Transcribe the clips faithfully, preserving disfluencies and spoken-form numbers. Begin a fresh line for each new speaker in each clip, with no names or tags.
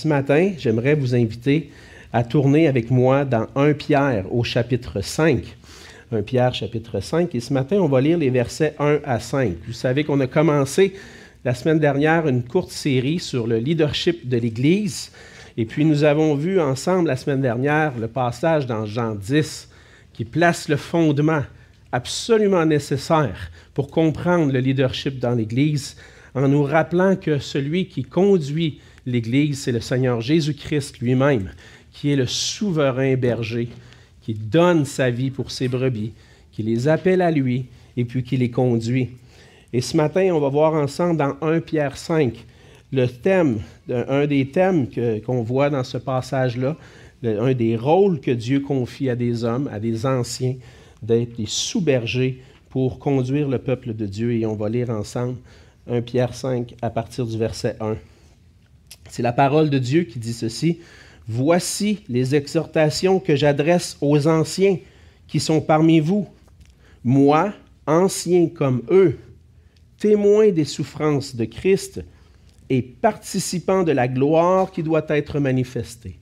ce matin, j'aimerais vous inviter à tourner avec moi dans Première Pierre au chapitre cinq. Première Pierre chapitre cinq. Et ce matin, on va lire les versets un à cinq. Vous savez qu'on a commencé la semaine dernière une courte série sur le leadership de l'Église. Et puis nous avons vu ensemble la semaine dernière le passage dans Jean dix qui place le fondement absolument nécessaire pour comprendre le leadership dans l'Église en nous rappelant que celui qui conduit l'Église, c'est le Seigneur Jésus-Christ lui-même, qui est le souverain berger, qui donne sa vie pour ses brebis, qui les appelle à lui et puis qui les conduit. Et ce matin, on va voir ensemble dans Première Pierre cinq le thème, un des thèmes que, qu'on voit dans ce passage-là, le, un des rôles que Dieu confie à des hommes, à des anciens, d'être des sous-bergers pour conduire le peuple de Dieu. Et on va lire ensemble Première Pierre cinq à partir du verset un. C'est la parole de Dieu qui dit ceci. « Voici les exhortations que j'adresse aux anciens qui sont parmi vous. Moi, ancien comme eux, témoin des souffrances de Christ et participant de la gloire qui doit être manifestée.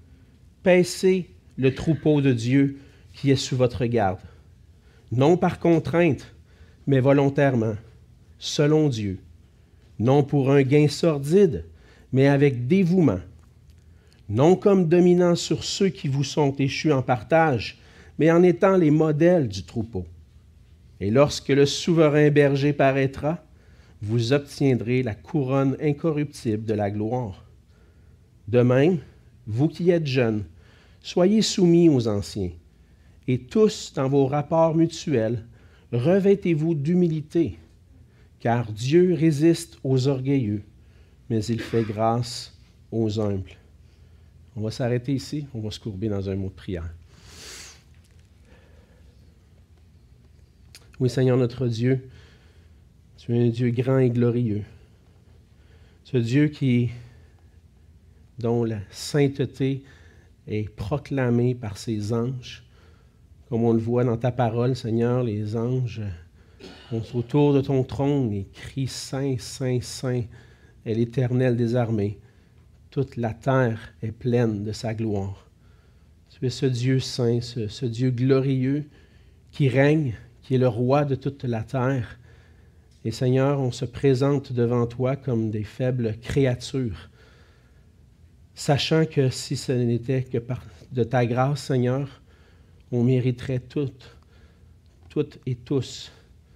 Paissez le troupeau de Dieu qui est sous votre garde, non par contrainte, mais volontairement, selon Dieu, non pour un gain sordide, mais avec dévouement, non comme dominant sur ceux qui vous sont échus en partage, mais en étant les modèles du troupeau. Et lorsque le souverain berger paraîtra, vous obtiendrez la couronne incorruptible de la gloire. De même, vous qui êtes jeunes, soyez soumis aux anciens, et tous, dans vos rapports mutuels, revêtez-vous d'humilité, car Dieu résiste aux orgueilleux, mais il fait grâce aux humbles. » On va s'arrêter ici, on va se courber dans un mot de prière. Oui, Seigneur notre Dieu, tu es un Dieu grand et glorieux. Ce Dieu qui, dont la sainteté est proclamée par ses anges, comme on le voit dans ta parole, Seigneur, les anges sont autour de ton trône et crient « Saint, Saint, Saint est l'Éternel des armées. Toute la terre est pleine de sa gloire. » Tu es ce Dieu saint, ce, ce Dieu glorieux qui règne, qui est le roi de toute la terre. Et Seigneur, on se présente devant toi comme des faibles créatures, sachant que si ce n'était que par de ta grâce, Seigneur, on mériterait toutes, toutes et tous,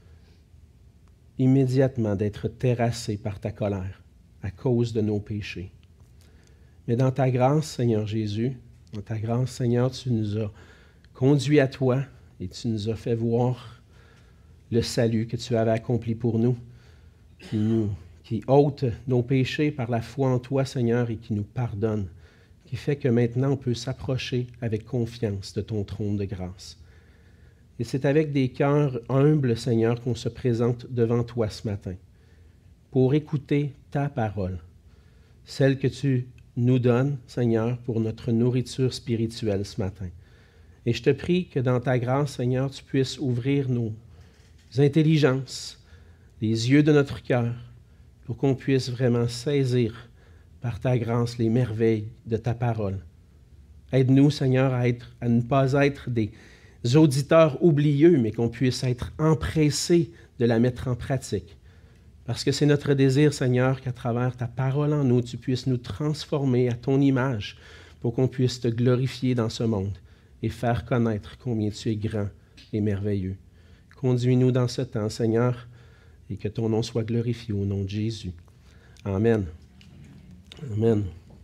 immédiatement d'être terrassés par ta colère à cause de nos péchés. Mais dans ta grâce, Seigneur Jésus, dans ta grâce, Seigneur, tu nous as conduits à toi et tu nous as fait voir le salut que tu avais accompli pour nous, qui, nous, qui ôte nos péchés par la foi en toi, Seigneur, et qui nous pardonne, qui fait que maintenant on peut s'approcher avec confiance de ton trône de grâce. Et c'est avec des cœurs humbles, Seigneur, qu'on se présente devant toi ce matin pour écouter ta parole, celle que tu nous donnes, Seigneur, pour notre nourriture spirituelle ce matin. Et je te prie que dans ta grâce, Seigneur, tu puisses ouvrir nos intelligences, les yeux de notre cœur, pour qu'on puisse vraiment saisir par ta grâce les merveilles de ta parole. Aide-nous, Seigneur, à, être, à ne pas être des auditeurs oublieux, mais qu'on puisse être empressés de la mettre en pratique. Parce que c'est notre désir, Seigneur, qu'à travers ta parole en nous, tu puisses nous transformer à ton image pour qu'on puisse te glorifier dans ce monde et faire connaître combien tu es grand et merveilleux. Conduis-nous dans ce temps, Seigneur, et que ton nom soit glorifié au nom de Jésus. Amen. Amen.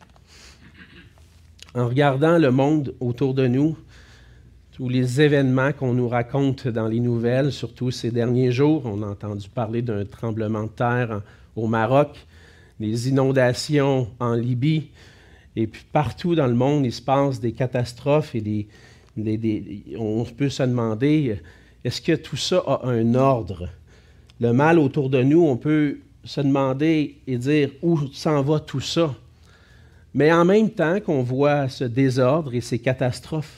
En regardant le monde autour de nous, tous les événements qu'on nous raconte dans les nouvelles, surtout ces derniers jours, on a entendu parler d'un tremblement de terre au Maroc, les inondations en Libye, et puis partout dans le monde, il se passe des catastrophes et des, des, des, on peut se demander, est-ce que tout ça a un ordre? Le mal autour de nous, on peut se demander et dire où s'en va tout ça. Mais en même temps qu'on voit ce désordre et ces catastrophes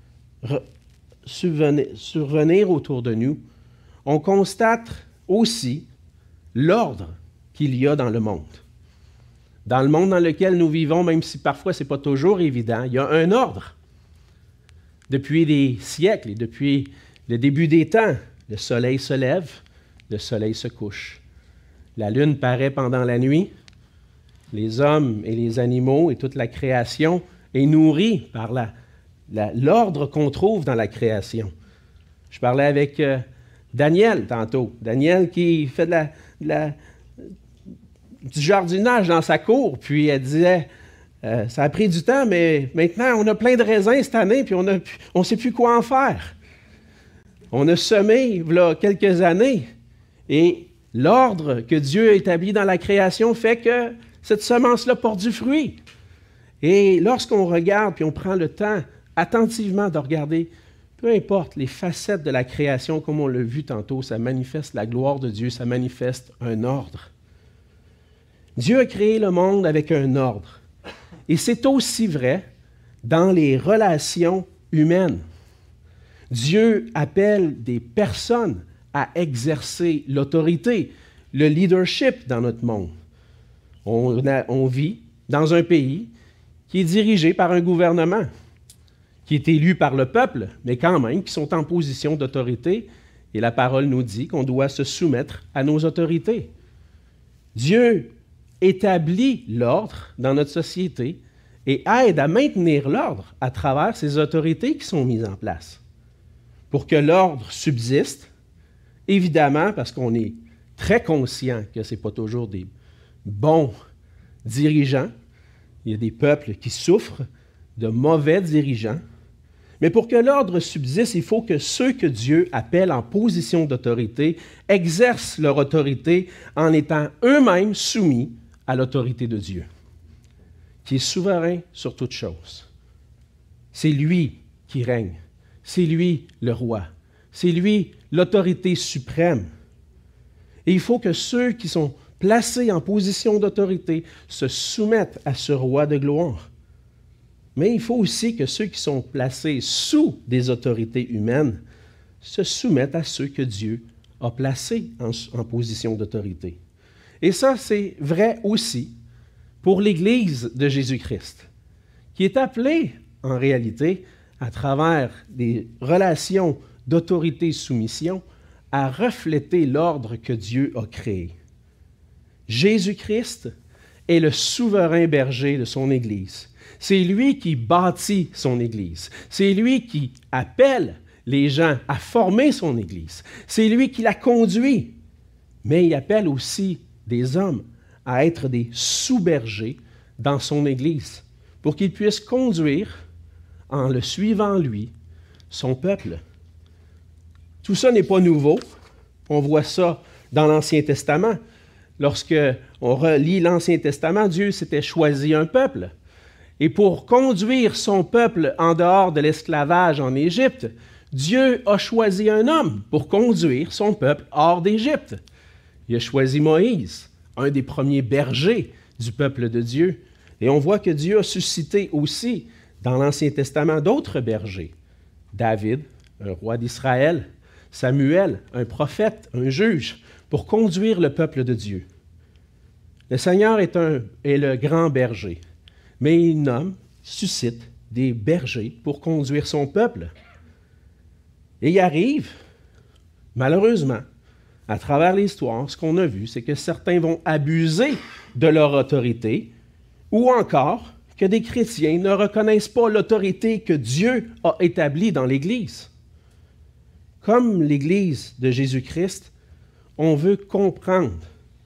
survenir autour de nous, on constate aussi l'ordre qu'il y a dans le monde. Dans le monde dans lequel nous vivons, même si parfois ce n'est pas toujours évident, il y a un ordre. Depuis des siècles et depuis le début des temps, le soleil se lève, le soleil se couche. La lune paraît pendant la nuit. Les hommes et les animaux et toute la création est nourrie par la, la, l'ordre qu'on trouve dans la création. Je parlais avec euh, Daniel tantôt. Daniel qui fait de la, de la, du jardinage dans sa cour, puis elle disait, euh, ça a pris du temps, mais maintenant on a plein de raisins cette année, puis on ne on sait plus quoi en faire. On a semé, voilà quelques années, et l'ordre que Dieu a établi dans la création fait que cette semence-là porte du fruit. Et lorsqu'on regarde, puis on prend le temps attentivement de regarder, peu importe les facettes de la création, comme on l'a vu tantôt, ça manifeste la gloire de Dieu, ça manifeste un ordre. Dieu a créé le monde avec un ordre. Et c'est aussi vrai dans les relations humaines. Dieu appelle des personnes à exercer l'autorité, le leadership dans notre monde. On, a, on vit dans un pays qui est dirigé par un gouvernement, qui est élu par le peuple, mais quand même qui sont en position d'autorité. Et la parole nous dit qu'on doit se soumettre à nos autorités. Dieu établit l'ordre dans notre société et aide à maintenir l'ordre à travers ces autorités qui sont mises en place. Pour que l'ordre subsiste, évidemment, parce qu'on est très conscient que ce n'est pas toujours des bons dirigeants, il y a des peuples qui souffrent de mauvais dirigeants, mais pour que l'ordre subsiste, il faut que ceux que Dieu appelle en position d'autorité exercent leur autorité en étant eux-mêmes soumis à l'autorité de Dieu, qui est souverain sur toutes choses. C'est lui qui règne. C'est lui le roi. C'est lui l'autorité suprême. Et il faut que ceux qui sont placés en position d'autorité se soumettent à ce roi de gloire. Mais il faut aussi que ceux qui sont placés sous des autorités humaines se soumettent à ceux que Dieu a placés en, en position d'autorité. Et ça, c'est vrai aussi pour l'Église de Jésus-Christ, qui est appelée, en réalité, à travers des relations d'autorité-soumission, à refléter l'ordre que Dieu a créé. Jésus-Christ est le souverain berger de son Église. C'est lui qui bâtit son Église. C'est lui qui appelle les gens à former son Église. C'est lui qui la conduit. Mais il appelle aussi des hommes à être des sous-bergers dans son Église pour qu'ils puissent conduire, en le suivant lui, son peuple. Tout ça n'est pas nouveau. On voit ça dans l'Ancien Testament. Lorsque on relit l'Ancien Testament, Dieu s'était choisi un peuple. Et pour conduire son peuple en dehors de l'esclavage en Égypte, Dieu a choisi un homme pour conduire son peuple hors d'Égypte. Il a choisi Moïse, un des premiers bergers du peuple de Dieu. Et on voit que Dieu a suscité aussi dans l'Ancien Testament d'autres bergers. David, un roi d'Israël, Samuel, un prophète, un juge, pour conduire le peuple de Dieu. Le Seigneur est, un, est le grand berger, mais il nomme, suscite des bergers pour conduire son peuple. Et il arrive, malheureusement, à travers l'histoire, ce qu'on a vu, c'est que certains vont abuser de leur autorité, ou encore que des chrétiens ne reconnaissent pas l'autorité que Dieu a établie dans l'Église. Comme l'Église de Jésus-Christ, on veut comprendre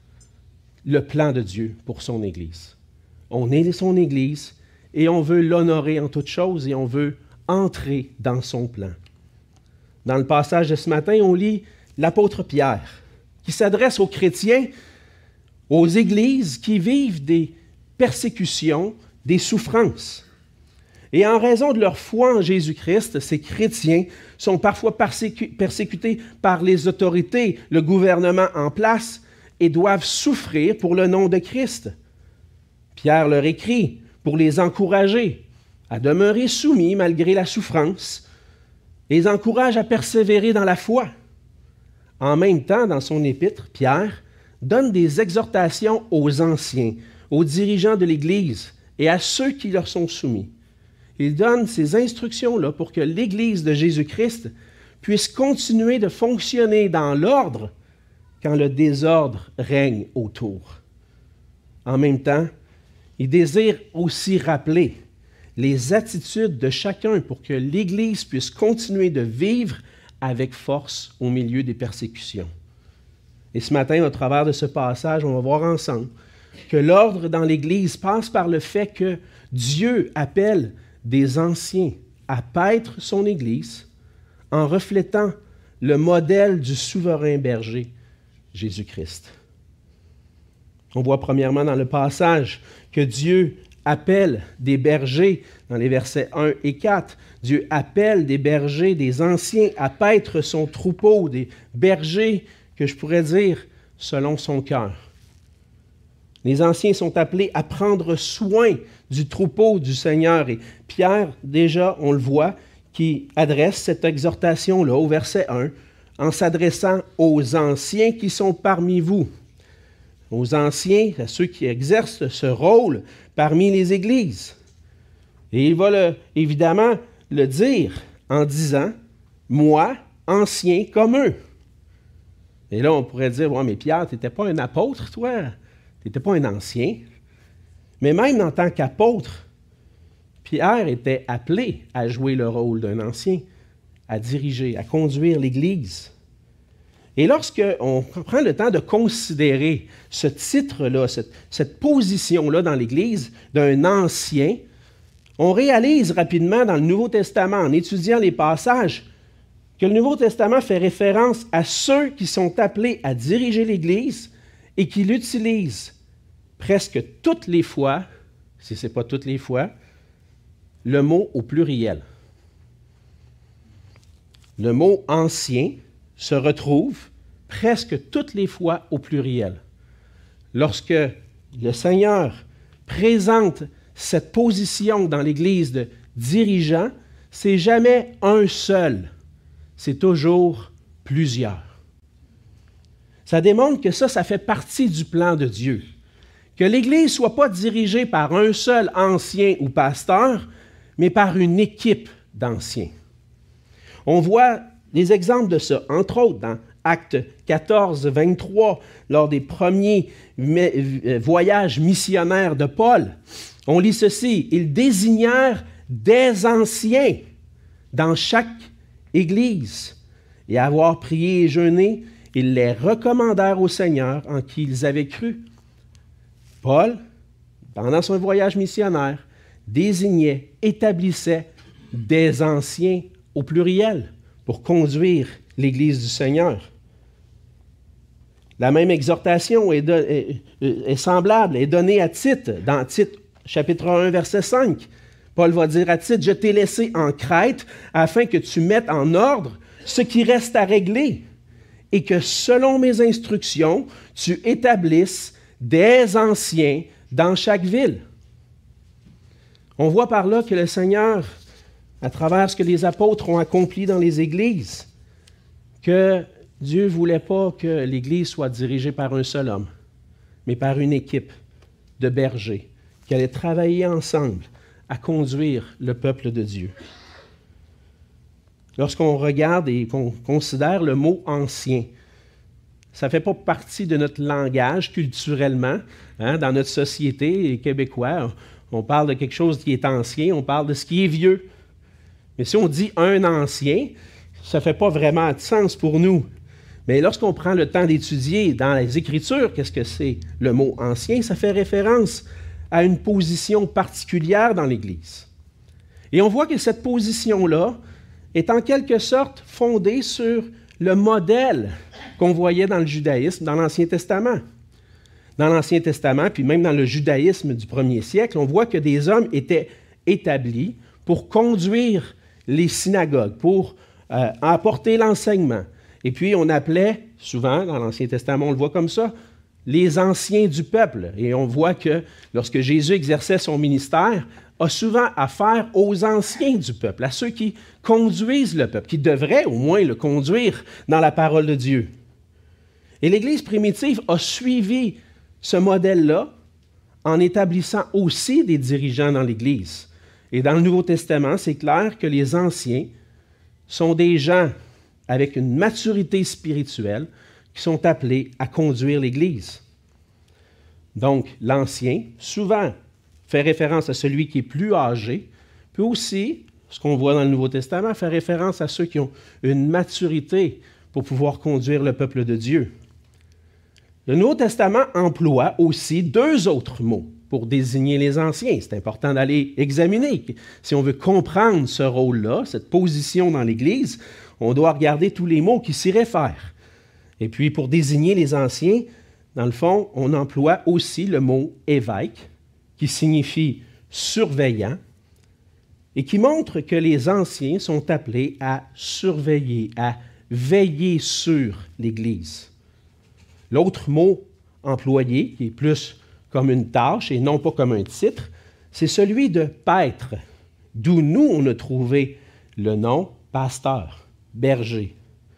le plan de Dieu pour son Église. On est son Église et on veut l'honorer en toutes choses et on veut entrer dans son plan. Dans le passage de ce matin, on lit l'apôtre Pierre qui s'adresse aux chrétiens, aux églises qui vivent des persécutions, des souffrances. Et en raison de leur foi en Jésus-Christ, ces chrétiens sont parfois persécu- persécutés par les autorités, le gouvernement en place, et doivent souffrir pour le nom de Christ. Pierre leur écrit pour les encourager à demeurer soumis malgré la souffrance, et les encourage à persévérer dans la foi. En même temps, dans son épître, Pierre donne des exhortations aux anciens, aux dirigeants de l'Église et à ceux qui leur sont soumis. Il donne ces instructions-là pour que l'Église de Jésus-Christ puisse continuer de fonctionner dans l'ordre quand le désordre règne autour. En même temps, il désire aussi rappeler les attitudes de chacun pour que l'Église puisse continuer de vivre avec force au milieu des persécutions. Et ce matin, au travers de ce passage, on va voir ensemble que l'ordre dans l'Église passe par le fait que Dieu appelle des anciens à paître son Église en reflétant le modèle du souverain berger, Jésus-Christ. On voit premièrement dans le passage que Dieu appelle des bergers, dans les versets un et quatre, Dieu appelle des bergers, des anciens à paître son troupeau, des bergers que je pourrais dire selon son cœur. Les anciens sont appelés à prendre soin du troupeau du Seigneur. Et Pierre, déjà, on le voit, qui adresse cette exhortation-là au verset un, en s'adressant aux anciens qui sont parmi vous. Aux anciens, à ceux qui exercent ce rôle parmi les églises. Et il va le, évidemment le dire en disant « Moi, ancien comme eux ». Et là, on pourrait dire « Ouais, mais Pierre, tu n'étais pas un apôtre, toi? Tu n'étais pas un ancien. » Mais même en tant qu'apôtre, Pierre était appelé à jouer le rôle d'un ancien, à diriger, à conduire l'Église. Et lorsqu'on prend le temps de considérer ce titre-là, cette, cette position-là dans l'Église d'un ancien, on réalise rapidement dans le Nouveau Testament, en étudiant les passages, que le Nouveau Testament fait référence à ceux qui sont appelés à diriger l'Église et qui l'utilisent presque toutes les fois, si ce n'est pas toutes les fois, le mot au pluriel. Le mot « ancien » se retrouve presque toutes les fois au pluriel. Lorsque le Seigneur présente cette position dans l'Église de dirigeant, c'est jamais un seul, c'est toujours plusieurs. Ça démontre que ça, ça fait partie du plan de Dieu. Que l'Église ne soit pas dirigée par un seul ancien ou pasteur, mais par une équipe d'anciens. On voit des exemples de ça, entre autres dans Actes quatorze, vingt-trois, lors des premiers voyages missionnaires de Paul. On lit ceci, « Ils désignèrent des anciens dans chaque église, et à avoir prié et jeûné, ils les recommandèrent au Seigneur en qui ils avaient cru. » Paul, pendant son voyage missionnaire, désignait, établissait des anciens au pluriel pour conduire l'Église du Seigneur. La même exhortation est, de, est, est semblable, est donnée à Tite, dans Tite chapitre un, verset cinq. Paul va dire à Tite, « Je t'ai laissé en Crète afin que tu mettes en ordre ce qui reste à régler et que selon mes instructions, tu établisses des anciens dans chaque ville. » On voit par là que le Seigneur, à travers ce que les apôtres ont accompli dans les églises, que Dieu ne voulait pas que l'Église soit dirigée par un seul homme, mais par une équipe de bergers qui allaient travailler ensemble à conduire le peuple de Dieu. Lorsqu'on regarde et qu'on considère le mot « ancien », ça ne fait pas partie de notre langage culturellement, hein, dans notre société, les Québécois. On parle de quelque chose qui est ancien, on parle de ce qui est vieux. Mais si on dit « un ancien », ça ne fait pas vraiment de sens pour nous. Mais lorsqu'on prend le temps d'étudier dans les Écritures, qu'est-ce que c'est le mot « ancien », ça fait référence à une position particulière dans l'Église. Et on voit que cette position-là est en quelque sorte fondée sur le modèle qu'on voyait dans le judaïsme, dans l'Ancien Testament. Dans l'Ancien Testament, puis même dans le judaïsme du premier siècle, on voit que des hommes étaient établis pour conduire les synagogues, pour euh, apporter l'enseignement. Et puis on appelait, souvent dans l'Ancien Testament, on le voit comme ça, les anciens du peuple. Et on voit que lorsque Jésus exerçait son ministère, a souvent affaire aux anciens du peuple, à ceux qui conduisent le peuple, qui devraient au moins le conduire dans la parole de Dieu. Et l'Église primitive a suivi ce modèle-là en établissant aussi des dirigeants dans l'Église. Et dans le Nouveau Testament, c'est clair que les anciens sont des gens avec une maturité spirituelle qui sont appelés à conduire l'Église. Donc, l'ancien, souvent, fait référence à celui qui est plus âgé, puis aussi, ce qu'on voit dans le Nouveau Testament, fait référence à ceux qui ont une maturité pour pouvoir conduire le peuple de Dieu. Le Nouveau Testament emploie aussi deux autres mots pour désigner les anciens. C'est important d'aller examiner. Si on veut comprendre ce rôle-là, cette position dans l'Église, on doit regarder tous les mots qui s'y réfèrent. Et puis, pour désigner les anciens, dans le fond, on emploie aussi le mot « évêque », qui signifie « surveillant », et qui montre que les anciens sont appelés à surveiller, à veiller sur l'Église. L'autre mot employé, qui est plus comme une tâche et non pas comme un titre, c'est celui de paître, d'où nous on a trouvé le nom pasteur, berger.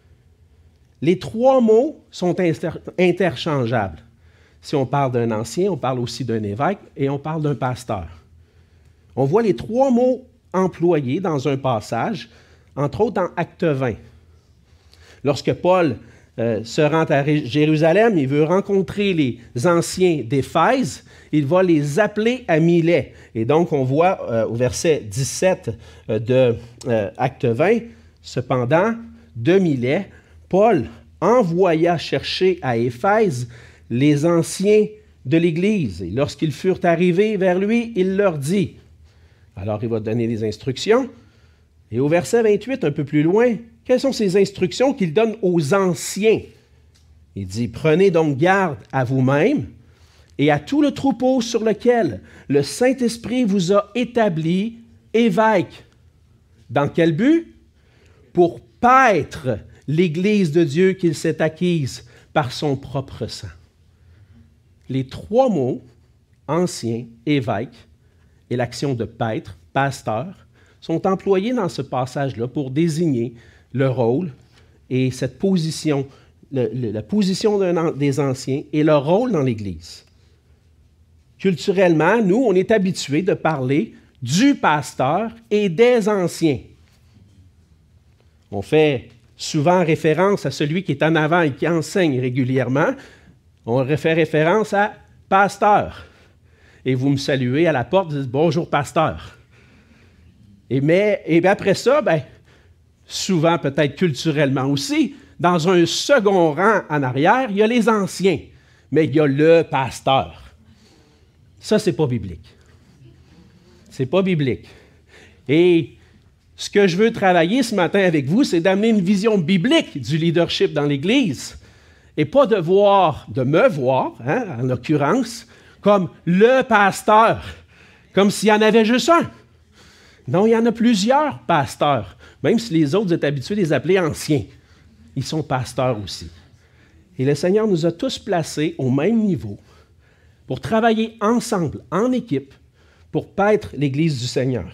Les trois mots sont inter- interchangeables. Si on parle d'un ancien, on parle aussi d'un évêque et on parle d'un pasteur. On voit les trois mots employés dans un passage, entre autres dans Acte vingt. Lorsque Paul euh, se rend à Jérusalem, il veut rencontrer les anciens d'Éphèse, il va les appeler à Milet. Et donc, on voit euh, au verset dix-sept euh, de euh, Acte vingt, cependant, de Milet, Paul envoya chercher à Éphèse les anciens de l'Église. Et lorsqu'ils furent arrivés vers lui, il leur dit, alors il va donner des instructions, et au verset vingt-huit, un peu plus loin, quelles sont ces instructions qu'il donne aux anciens? Il dit, prenez donc garde à vous-même et à tout le troupeau sur lequel le Saint-Esprit vous a établi évêque. Dans quel but? Pour paître l'Église de Dieu qu'il s'est acquise par son propre sang. Les trois mots, ancien, évêque, et l'action de paître, pasteur, sont employés dans ce passage-là pour désigner le rôle et cette position, le, le, la position d'un, des anciens et leur rôle dans l'Église. Culturellement, nous, on est habitués de parler du pasteur et des anciens. On fait souvent référence à celui qui est en avant et qui enseigne régulièrement. On fait référence à pasteur. Et vous me saluez à la porte, vous dites « Bonjour, pasteur ». Et, mais, et après ça, ben, souvent peut-être culturellement aussi, dans un second rang en arrière, il y a les anciens, mais il y a le pasteur. Ça, c'est pas biblique. C'est pas biblique. Et ce que je veux travailler ce matin avec vous, c'est d'amener une vision biblique du leadership dans l'Église et pas de voir, de me voir, hein, en l'occurrence, comme le pasteur, comme s'il y en avait juste un. Non, il y en a plusieurs pasteurs, même si les autres êtes habitués de les appeler anciens. Ils sont pasteurs aussi. Et le Seigneur nous a tous placés au même niveau pour travailler ensemble, en équipe, pour paître l'Église du Seigneur.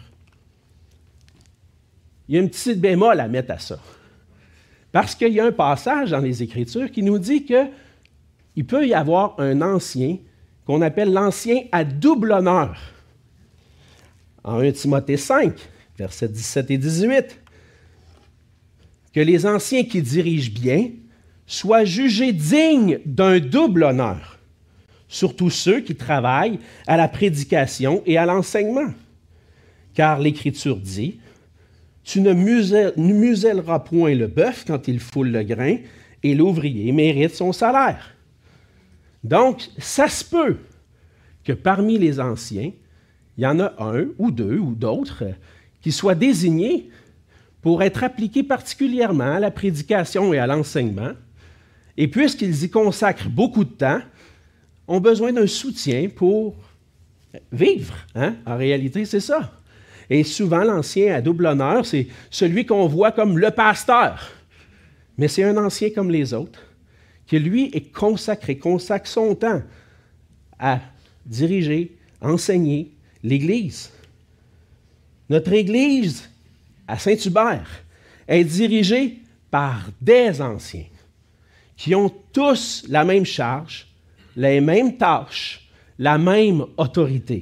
Il y a une petite bémol à mettre à ça. Parce qu'il y a un passage dans les Écritures qui nous dit qu'il peut y avoir un ancien qu'on appelle l'ancien à double honneur. En premier Timothée cinq, versets dix-sept et dix-huit, que les anciens qui dirigent bien soient jugés dignes d'un double honneur, surtout ceux qui travaillent à la prédication et à l'enseignement. Car l'Écriture dit, « Tu ne muselleras point le bœuf quand il foule le grain, et l'ouvrier mérite son salaire. » Donc, ça se peut que parmi les anciens, il y en a un ou deux ou d'autres qui soient désignés pour être appliqués particulièrement à la prédication et à l'enseignement. Et puisqu'ils y consacrent beaucoup de temps, ont besoin d'un soutien pour vivre. Hein? En réalité, c'est ça. Et souvent, l'ancien à double honneur, c'est celui qu'on voit comme le pasteur. Mais c'est un ancien comme les autres, qui lui est consacré, consacre son temps à diriger, enseigner l'Église. Notre Église à Saint-Hubert est dirigée par des anciens qui ont tous la même charge, les mêmes tâches, la même autorité.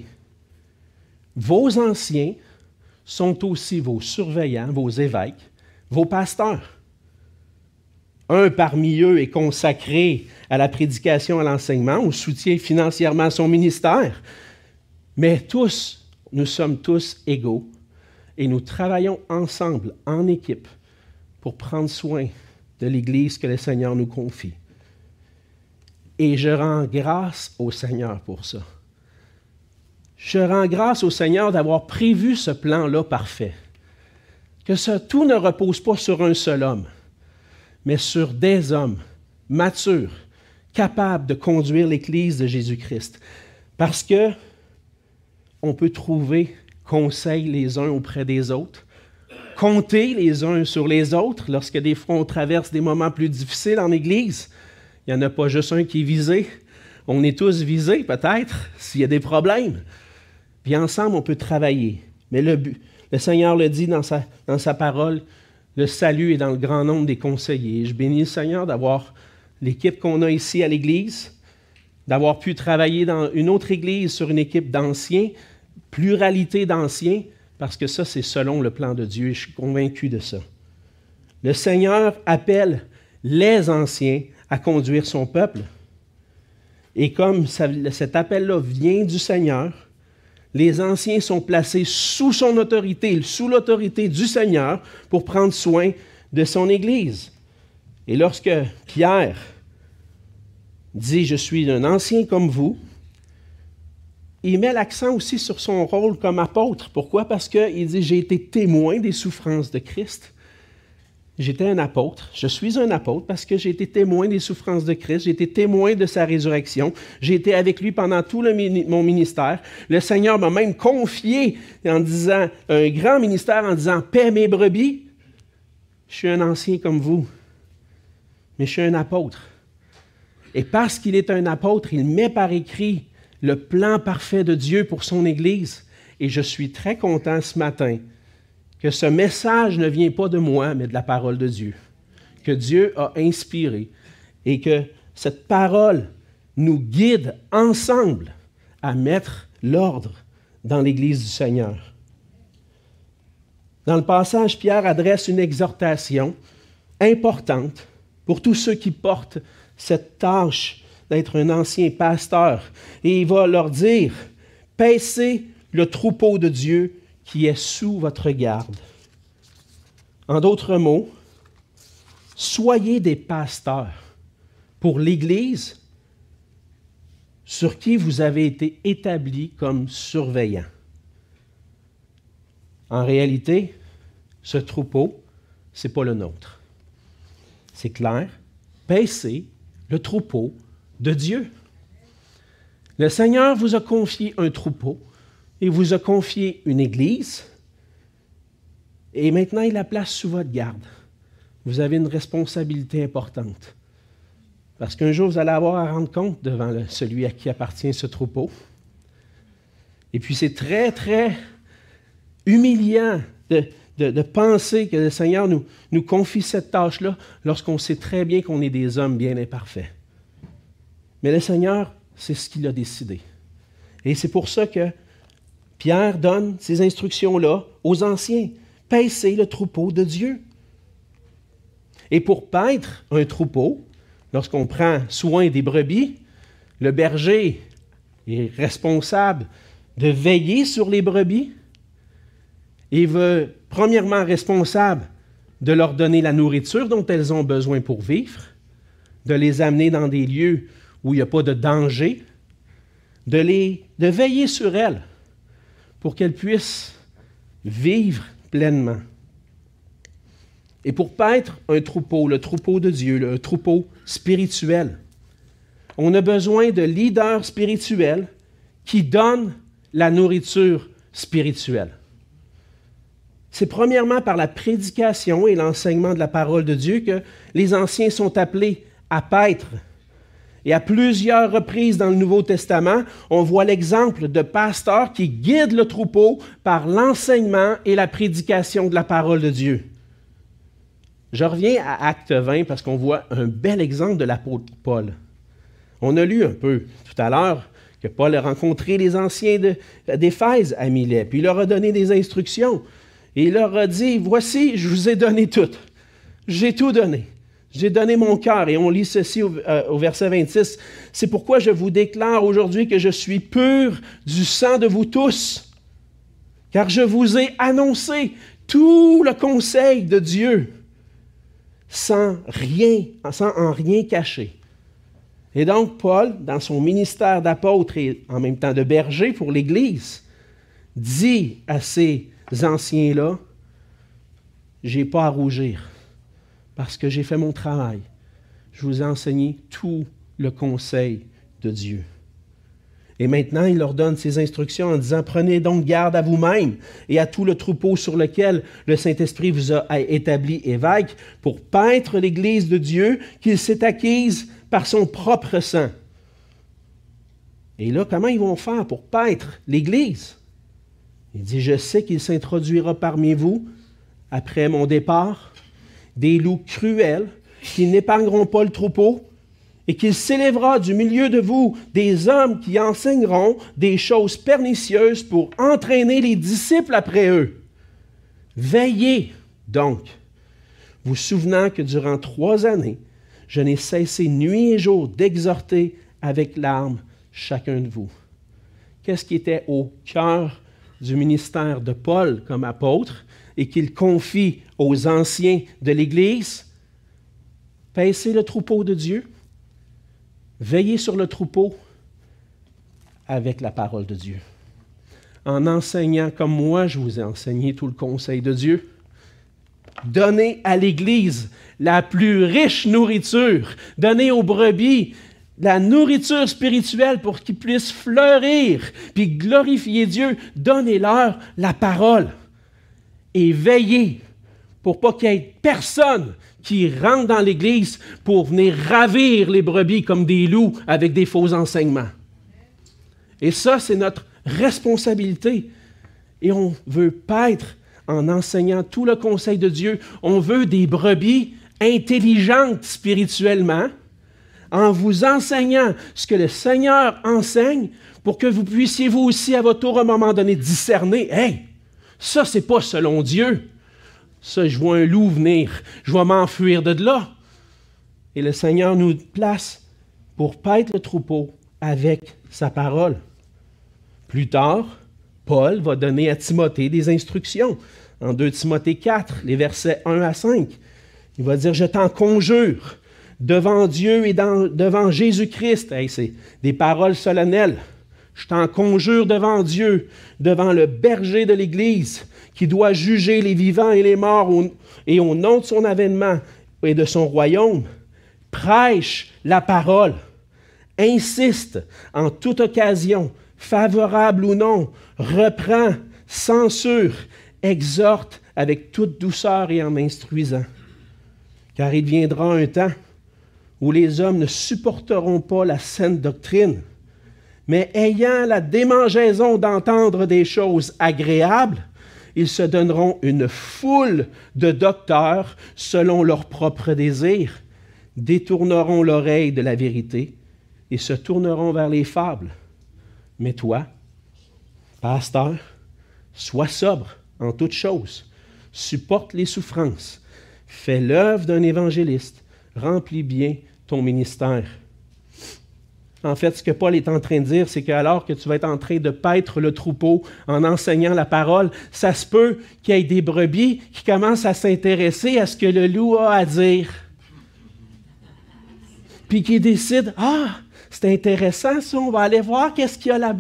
Vos anciens sont aussi vos surveillants, vos évêques, vos pasteurs. Un parmi eux est consacré à la prédication, à l'enseignement, ou soutient financièrement son ministère. Mais tous, nous sommes tous égaux et nous travaillons ensemble, en équipe, pour prendre soin de l'Église que le Seigneur nous confie. Et je rends grâce au Seigneur pour ça. Je rends grâce au Seigneur d'avoir prévu ce plan-là parfait. Que ce, tout ne repose pas sur un seul homme, mais sur des hommes matures, capables de conduire l'Église de Jésus-Christ. Parce que on peut trouver conseil les uns auprès des autres, compter les uns sur les autres lorsque des fois on traverse des moments plus difficiles en Église. Il n'y en a pas juste un qui est visé. On est tous visés, peut-être, s'il y a des problèmes. Puis ensemble, on peut travailler. Mais le, le Seigneur le dit dans sa, dans sa parole, le salut est dans le grand nombre des conseillers. Je bénis le Seigneur d'avoir l'équipe qu'on a ici à l'Église, d'avoir pu travailler dans une autre Église sur une équipe d'anciens, pluralité d'anciens, parce que ça, c'est selon le plan de Dieu, et je suis convaincu de ça. Le Seigneur appelle les anciens à conduire son peuple. Et comme ça, cet appel-là vient du Seigneur, les anciens sont placés sous son autorité, sous l'autorité du Seigneur, pour prendre soin de son Église. Et lorsque Pierre dit « Je suis un ancien comme vous », il met l'accent aussi sur son rôle comme apôtre. Pourquoi? Parce qu'il dit « J'ai été témoin des souffrances de Christ ». J'étais un apôtre. Je suis un apôtre parce que j'ai été témoin des souffrances de Christ. J'ai été témoin de sa résurrection. J'ai été avec lui pendant tout le, mon ministère. Le Seigneur m'a même confié en disant, un grand ministère en disant « Paix mes brebis ». Je suis un ancien comme vous, mais je suis un apôtre. Et parce qu'il est un apôtre, il met par écrit le plan parfait de Dieu pour son Église. Et je suis très content ce matin que ce message ne vient pas de moi, mais de la parole de Dieu, que Dieu a inspiré et que cette parole nous guide ensemble à mettre l'ordre dans l'Église du Seigneur. Dans le passage, Pierre adresse une exhortation importante pour tous ceux qui portent cette tâche d'être un ancien pasteur. Et il va leur dire, « Paissez le troupeau de Dieu qui est sous votre garde. » En d'autres mots, soyez des pasteurs pour l'Église sur qui vous avez été établis comme surveillants. En réalité, ce troupeau, ce n'est pas le nôtre. C'est clair, paissez le troupeau de Dieu. Le Seigneur vous a confié un troupeau, il vous a confié une Église, et maintenant il la place sous votre garde. Vous avez une responsabilité importante. Parce qu'un jour, vous allez avoir à rendre compte devant le, celui à qui appartient ce troupeau. Et puis c'est très, très humiliant de, de, de penser que le Seigneur nous, nous confie cette tâche-là lorsqu'on sait très bien qu'on est des hommes bien imparfaits. Mais le Seigneur, c'est ce qu'il a décidé. Et c'est pour ça que Pierre donne ces instructions-là aux anciens. Paissez le troupeau de Dieu. Et pour paître un troupeau, lorsqu'on prend soin des brebis, le berger est responsable de veiller sur les brebis. Il veut, premièrement, responsable de leur donner la nourriture dont elles ont besoin pour vivre, de les amener dans des lieux où il n'y a pas de danger, de, les, de veiller sur elles pour qu'elles puissent vivre pleinement. Et pour paître un troupeau, le troupeau de Dieu, le troupeau spirituel, on a besoin de leaders spirituels qui donnent la nourriture spirituelle. C'est premièrement par la prédication et l'enseignement de la parole de Dieu que les anciens sont appelés à paître. Et à plusieurs reprises dans le Nouveau Testament, on voit l'exemple de pasteurs qui guident le troupeau par l'enseignement et la prédication de la parole de Dieu. Je reviens à Acte vingt parce qu'on voit un bel exemple de l'apôtre Paul. On a lu un peu tout à l'heure que Paul a rencontré les anciens de, d'Éphèse à Milet, puis il leur a donné des instructions. Et il leur a dit, voici, je vous ai donné tout. J'ai tout donné. J'ai donné mon cœur. Et on lit ceci au, euh, au verset vingt-six. C'est pourquoi je vous déclare aujourd'hui que je suis pur du sang de vous tous, car je vous ai annoncé tout le conseil de Dieu, sans rien, sans en rien cacher. Et donc, Paul, dans son ministère d'apôtre et en même temps de berger pour l'Église, dit à ces anciens-là, « Je n'ai pas à rougir, parce que j'ai fait mon travail. Je vous ai enseigné tout le conseil de Dieu. » Et maintenant, il leur donne ses instructions en disant, « Prenez donc garde à vous-même et à tout le troupeau sur lequel le Saint-Esprit vous a établi évêque pour paître l'Église de Dieu qu'il s'est acquise par son propre sang. » Et là, comment ils vont faire pour paître l'Église? Il dit, « Je sais qu'il s'introduira parmi vous, après mon départ, des loups cruels qui n'épargneront pas le troupeau, et qu'il s'élèvera du milieu de vous des hommes qui enseigneront des choses pernicieuses pour entraîner les disciples après eux. Veillez donc, vous souvenant que durant trois années, je n'ai cessé nuit et jour d'exhorter avec larmes chacun de vous. » Qu'est-ce qui était au cœur du ministère de Paul comme apôtre et qu'il confie aux anciens de l'Église? Paissez le troupeau de Dieu. Veillez sur le troupeau avec la parole de Dieu. En enseignant comme moi, je vous ai enseigné tout le conseil de Dieu. Donnez à l'Église la plus riche nourriture. Donnez aux brebis la nourriture spirituelle pour qu'ils puissent fleurir puis glorifier Dieu. Donnez-leur la parole. Et veillez pour pas qu'il y ait personne qui rentre dans l'Église pour venir ravir les brebis comme des loups avec des faux enseignements. Et ça, c'est notre responsabilité. Et on veut paître en enseignant tout le conseil de Dieu. On veut des brebis intelligentes spirituellement en vous enseignant ce que le Seigneur enseigne pour que vous puissiez vous aussi à votre tour à un moment donné discerner. « Hey, ça, c'est pas selon Dieu. Ça, je vois un loup venir. Je vais m'enfuir de là. » Et le Seigneur nous place pour paître le troupeau avec sa parole. Plus tard, Paul va donner à Timothée des instructions. En deux Timothée quatre, les versets un à cinq, il va dire « Je t'en conjure devant Dieu et dans, devant Jésus-Christ. » Hey, c'est des paroles solennelles. « Je t'en conjure devant Dieu, devant le berger de l'Église, qui doit juger les vivants et les morts au, et au nom de son avènement et de son royaume. Prêche la parole. Insiste en toute occasion, favorable ou non, reprend, censure, exhorte avec toute douceur et en instruisant. Car il viendra un temps où les hommes ne supporteront pas la saine doctrine, mais ayant la démangeaison d'entendre des choses agréables, ils se donneront une foule de docteurs selon leurs propres désirs, détourneront l'oreille de la vérité et se tourneront vers les fables. Mais toi, pasteur, sois sobre en toutes choses, supporte les souffrances, fais l'œuvre d'un évangéliste, remplis bien ton ministère. En fait, ce que Paul est en train de dire, c'est qu'alors que tu vas être en train de paître le troupeau en enseignant la parole, ça se peut qu'il y ait des brebis qui commencent à s'intéresser à ce que le loup a à dire. Puis qui décident, « Ah, c'est intéressant ça, on va aller voir qu'est-ce qu'il y a là-bas. »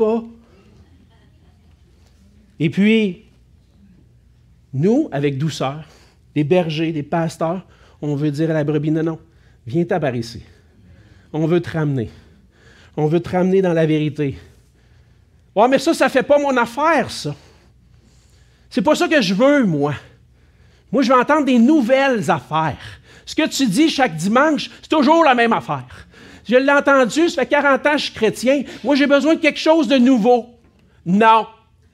Et puis, nous, avec douceur, des bergers, des pasteurs, on veut dire à la brebis, « Non, non, viens t'abar ici. On veut te ramener. On veut te ramener dans la vérité. » « Ouais, mais ça, ça ne fait pas mon affaire, ça. C'est pas ça que je veux, moi. Moi, je veux entendre des nouvelles affaires. Ce que tu dis chaque dimanche, c'est toujours la même affaire. Je l'ai entendu, ça fait quarante ans que je suis chrétien. Moi, j'ai besoin de quelque chose de nouveau. » Non.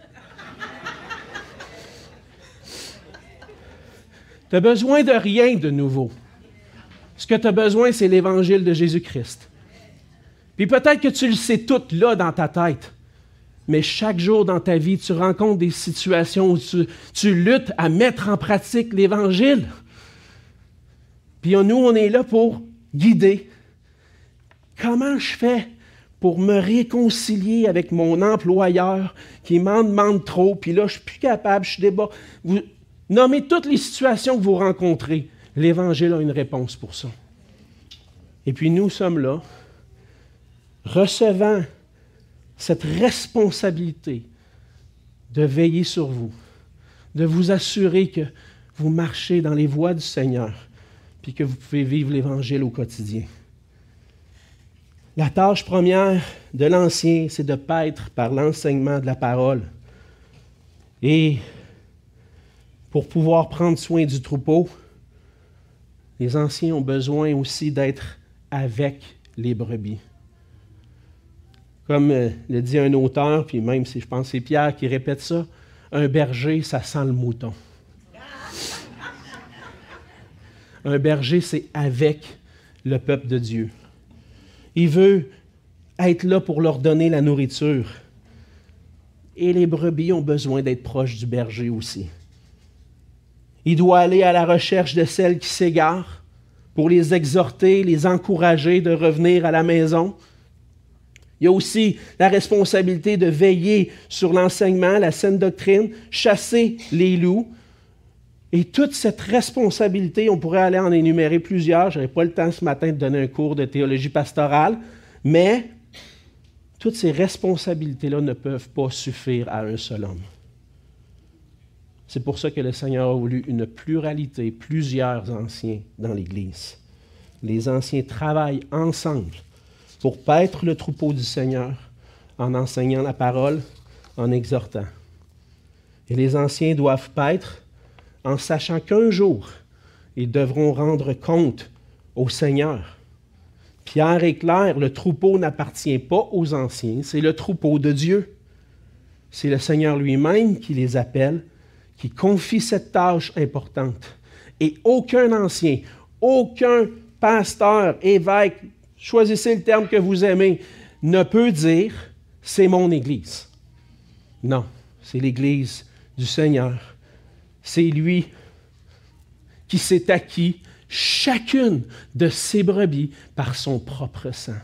Tu n'as besoin de rien de nouveau. Ce que tu as besoin, c'est l'Évangile de Jésus-Christ. Puis peut-être que tu le sais tout là dans ta tête. Mais chaque jour dans ta vie, tu rencontres des situations où tu, tu luttes à mettre en pratique l'Évangile. Puis nous, on est là pour guider. Comment je fais pour me réconcilier avec mon employeur qui m'en demande trop, puis là, je ne suis plus capable, je suis débordé. Vous nommez toutes les situations que vous rencontrez. L'Évangile a une réponse pour ça. Et puis nous sommes là, recevant cette responsabilité de veiller sur vous, de vous assurer que vous marchez dans les voies du Seigneur, puis que vous pouvez vivre l'Évangile au quotidien. La tâche première de l'Ancien, c'est de paître par l'enseignement de la parole. Et pour pouvoir prendre soin du troupeau, les Anciens ont besoin aussi d'être avec les brebis. Comme le dit un auteur, puis même si je pense que c'est Pierre qui répète ça, un berger, ça sent le mouton. Un berger, c'est avec le peuple de Dieu. Il veut être là pour leur donner la nourriture. Et les brebis ont besoin d'être proches du berger aussi. Il doit aller à la recherche de celles qui s'égarent pour les exhorter, les encourager de revenir à la maison. Il y a aussi la responsabilité de veiller sur l'enseignement, la saine doctrine, chasser les loups. Et toute cette responsabilité, on pourrait aller en énumérer plusieurs. Je n'avais pas le temps ce matin de donner un cours de théologie pastorale, mais toutes ces responsabilités-là ne peuvent pas suffire à un seul homme. C'est pour ça que le Seigneur a voulu une pluralité, plusieurs anciens dans l'Église. Les anciens travaillent ensemble pour paître le troupeau du Seigneur en enseignant la parole, en exhortant. Et les anciens doivent paître en sachant qu'un jour, ils devront rendre compte au Seigneur. Pierre est clair, le troupeau n'appartient pas aux anciens, c'est le troupeau de Dieu. C'est le Seigneur lui-même qui les appelle, qui confie cette tâche importante. Et aucun ancien, aucun pasteur, évêque, choisissez le terme que vous aimez, ne peut dire « c'est mon Église ». Non, c'est l'Église du Seigneur. C'est lui qui s'est acquis chacune de ses brebis par son propre sang.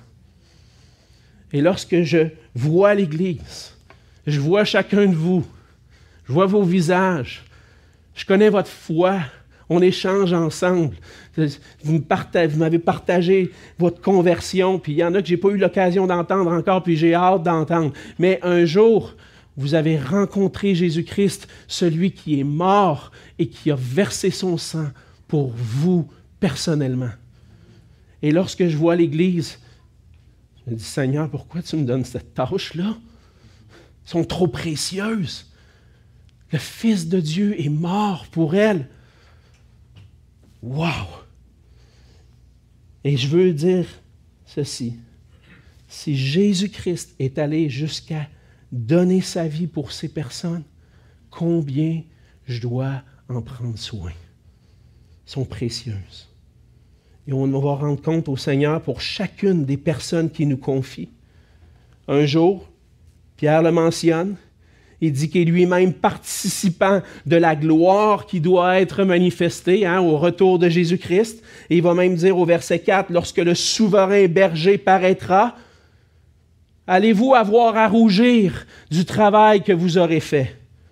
Et lorsque je vois l'Église, je vois chacun de vous, je vois vos visages, je connais votre foi, on échange ensemble. Vous, me partagez, vous m'avez partagé votre conversion, puis il y en a que je n'ai pas eu l'occasion d'entendre encore, puis j'ai hâte d'entendre. Mais un jour, vous avez rencontré Jésus-Christ, celui qui est mort et qui a versé son sang pour vous personnellement. Et lorsque je vois l'Église, je me dis, Seigneur, pourquoi tu me donnes cette tâche-là? Elles sont trop précieuses. Le Fils de Dieu est mort pour elles. Wow! Et je veux dire ceci. Si Jésus-Christ est allé jusqu'à donner sa vie pour ces personnes, combien je dois en prendre soin? Elles sont précieuses. Et on va rendre compte au Seigneur pour chacune des personnes qui nous confient. Un jour, Pierre le mentionne, il dit qu'il est lui-même participant de la gloire qui doit être manifestée hein, au retour de Jésus-Christ. Et il va même dire au verset quatre, « Lorsque le souverain berger paraîtra, allez-vous avoir à rougir du travail que vous aurez fait? »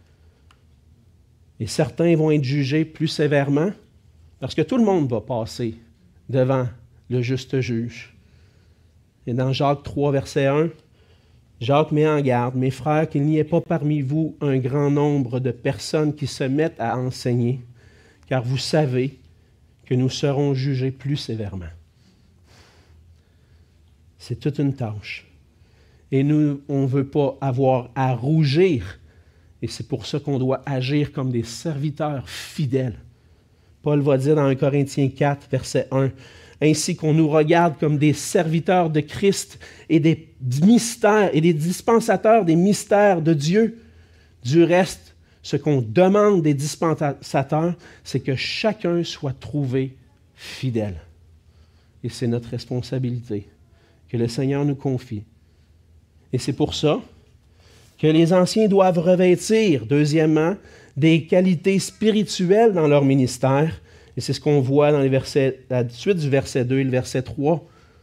Et certains vont être jugés plus sévèrement, parce que tout le monde va passer devant le juste juge. Et dans Jacques trois, verset un, Jacques met en garde, « Mes frères, qu'il n'y ait pas parmi vous un grand nombre de personnes qui se mettent à enseigner, car vous savez que nous serons jugés plus sévèrement. » C'est toute une tâche. Et nous, on ne veut pas avoir à rougir. Et c'est pour ça qu'on doit agir comme des serviteurs fidèles. Paul va dire dans un Corinthiens quatre, verset un, « Ainsi qu'on nous regarde comme des serviteurs de Christ et des mystères et des dispensateurs des mystères de Dieu. Du reste, ce qu'on demande des dispensateurs, c'est que chacun soit trouvé fidèle. » Et c'est notre responsabilité. que le Seigneur nous confie. Et c'est pour ça que les anciens doivent revêtir, deuxièmement, des qualités spirituelles dans leur ministère. Et c'est ce qu'on voit dans les versets, la suite du verset deux et le verset trois.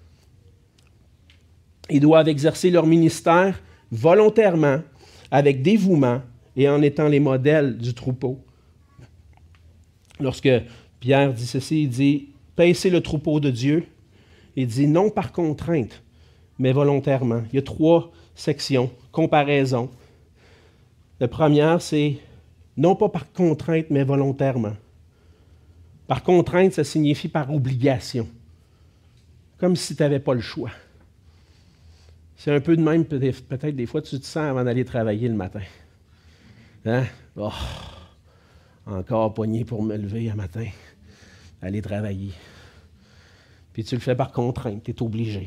Ils doivent exercer leur ministère volontairement, avec dévouement et en étant les modèles du troupeau. Lorsque Pierre dit ceci, il dit « Paissez le troupeau de Dieu », il dit « non par contrainte, mais volontairement ». Il y a trois sections, comparaison. La première, c'est non pas par contrainte, mais volontairement. Par contrainte, ça signifie par obligation. Comme si tu n'avais pas le choix. C'est un peu de même, peut-être des fois, tu te sens avant d'aller travailler le matin. Hein? Oh, encore poigné pour me lever un matin, aller travailler. Puis tu le fais par contrainte, tu es obligé.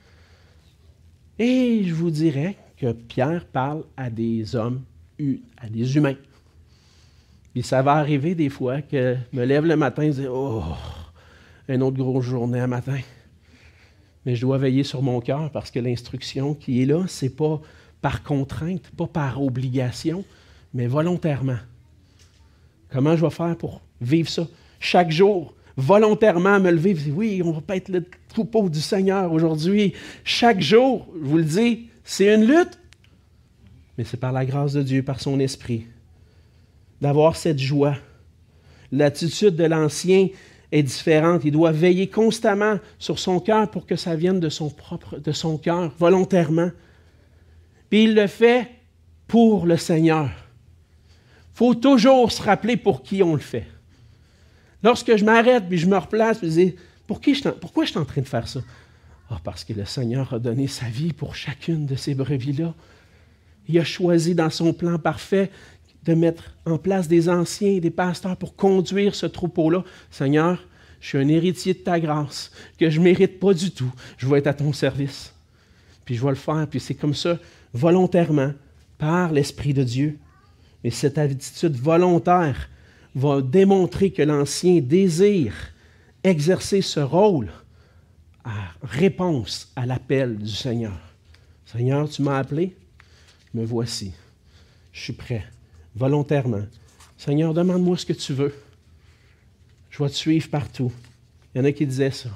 Et je vous dirais que Pierre parle à des hommes, à des humains. Puis ça va arriver des fois que je me lève le matin et je dis « Oh, une autre grosse journée à matin. » Mais je dois veiller sur mon cœur parce que l'instruction qui est là, ce n'est pas par contrainte, pas par obligation, mais volontairement. Comment je vais faire pour vivre ça? Chaque jour, volontairement me lever et dire « Oui, on va pas être le troupeau du Seigneur aujourd'hui. » Chaque jour, je vous le dis, c'est une lutte, mais c'est par la grâce de Dieu, par son esprit, d'avoir cette joie. L'attitude de l'ancien est différente. Il doit veiller constamment sur son cœur pour que ça vienne de son propre, de son cœur, volontairement. Puis il le fait pour le Seigneur. Il faut toujours se rappeler pour qui on le fait. Lorsque je m'arrête puis je me replace, je me dis, pour qui je pourquoi je suis en train de faire ça? Ah, parce que le Seigneur a donné sa vie pour chacune de ces brebis-là. Il a choisi dans son plan parfait de mettre en place des anciens et des pasteurs pour conduire ce troupeau-là. Seigneur, je suis un héritier de ta grâce, que je ne mérite pas du tout. Je vais être à ton service. Puis je vais le faire. Puis c'est comme ça, volontairement, par l'Esprit de Dieu. Et cette attitude volontaire va démontrer que l'ancien désire exercer ce rôle en réponse à l'appel du Seigneur. Seigneur, tu m'as appelé, me voici. Je suis prêt. Volontairement. Seigneur, demande-moi ce que tu veux. Je vais te suivre partout. Il y en a qui disaient ça.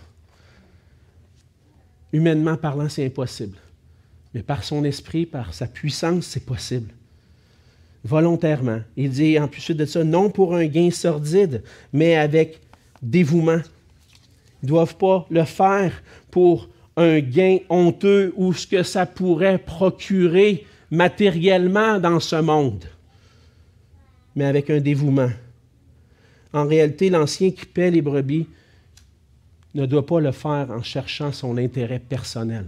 Humainement parlant, c'est impossible. Mais par son esprit, par sa puissance, c'est possible. Volontairement. Il dit en plus de ça, non pour un gain sordide, mais avec dévouement. Ils ne doivent pas le faire pour un gain honteux ou ce que ça pourrait procurer matériellement dans ce monde, mais avec un dévouement. En réalité, l'ancien qui paie les brebis ne doit pas le faire en cherchant son intérêt personnel.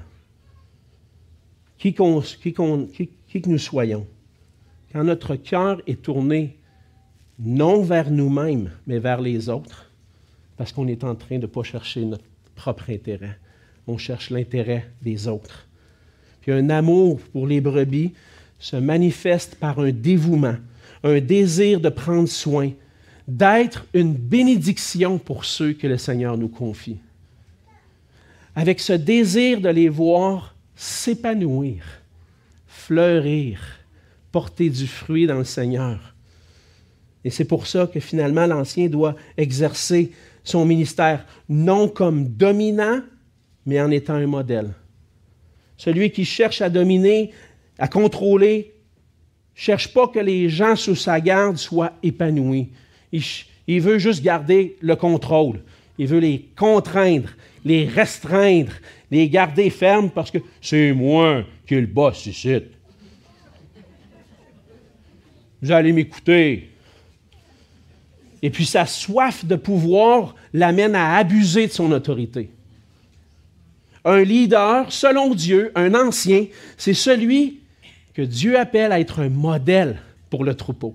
Qui, qu'on, qui, qu'on, qui, qui que nous soyons, quand notre cœur est tourné non vers nous-mêmes, mais vers les autres, parce qu'on est en train de ne pas chercher notre propre intérêt, on cherche l'intérêt des autres. Puis un amour pour les brebis se manifeste par un dévouement, un désir de prendre soin, d'être une bénédiction pour ceux que le Seigneur nous confie. Avec ce désir de les voir s'épanouir, fleurir, porter du fruit dans le Seigneur. Et c'est pour ça que finalement l'Ancien doit exercer son ministère non comme dominant, mais en étant un modèle. Celui qui cherche à dominer, à contrôler, ne cherche pas que les gens sous sa garde soient épanouis. Il, il veut juste garder le contrôle. Il veut les contraindre, les restreindre, les garder fermes parce que c'est moi qui est le boss ici. Vous allez m'écouter. Et puis sa soif de pouvoir l'amène à abuser de son autorité. Un leader, selon Dieu, un ancien, c'est celui que Dieu appelle à être un modèle pour le troupeau.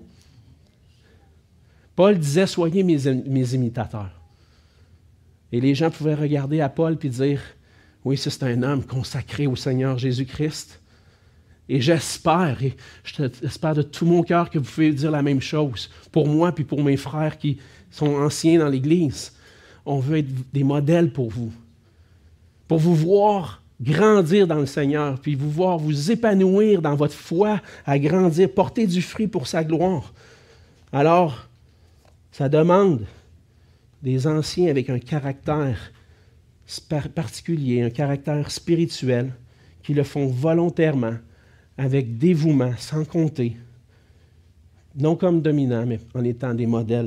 Paul disait, soyez mes, mes imitateurs. Et les gens pouvaient regarder à Paul et dire, oui, ça c'est un homme consacré au Seigneur Jésus-Christ. Et j'espère, et j'espère de tout mon cœur que vous pouvez dire la même chose pour moi puis pour mes frères qui sont anciens dans l'Église. On veut être des modèles pour vous. Pour vous voir grandir dans le Seigneur, puis vous voir vous épanouir dans votre foi, à grandir, porter du fruit pour sa gloire. Alors, ça demande des anciens avec un caractère particulier, un caractère spirituel, qui le font volontairement, avec dévouement, sans compter, non comme dominants, mais en étant des modèles.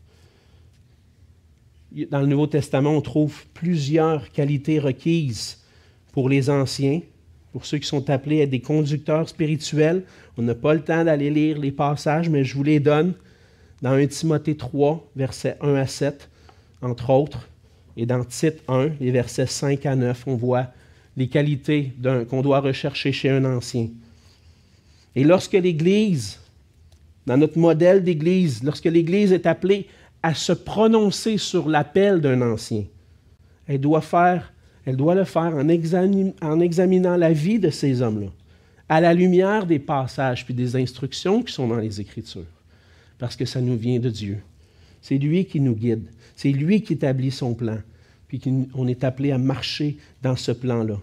Dans le Nouveau Testament, on trouve plusieurs qualités requises pour les anciens, pour ceux qui sont appelés à être des conducteurs spirituels. On n'a pas le temps d'aller lire les passages, mais je vous les donne dans un Timothée trois, versets un à sept, entre autres, et dans Tite un, les versets cinq à neuf, on voit les qualités qu'on doit rechercher chez un ancien. Et lorsque l'Église, dans notre modèle d'Église, lorsque l'Église est appelée à se prononcer sur l'appel d'un ancien, elle doit faire, elle doit le faire en, examin, en examinant la vie de ces hommes-là, à la lumière des passages puis des instructions qui sont dans les Écritures, parce que ça nous vient de Dieu. C'est lui qui nous guide, c'est lui qui établit son plan, puis qu'on est appelé à marcher dans ce plan-là.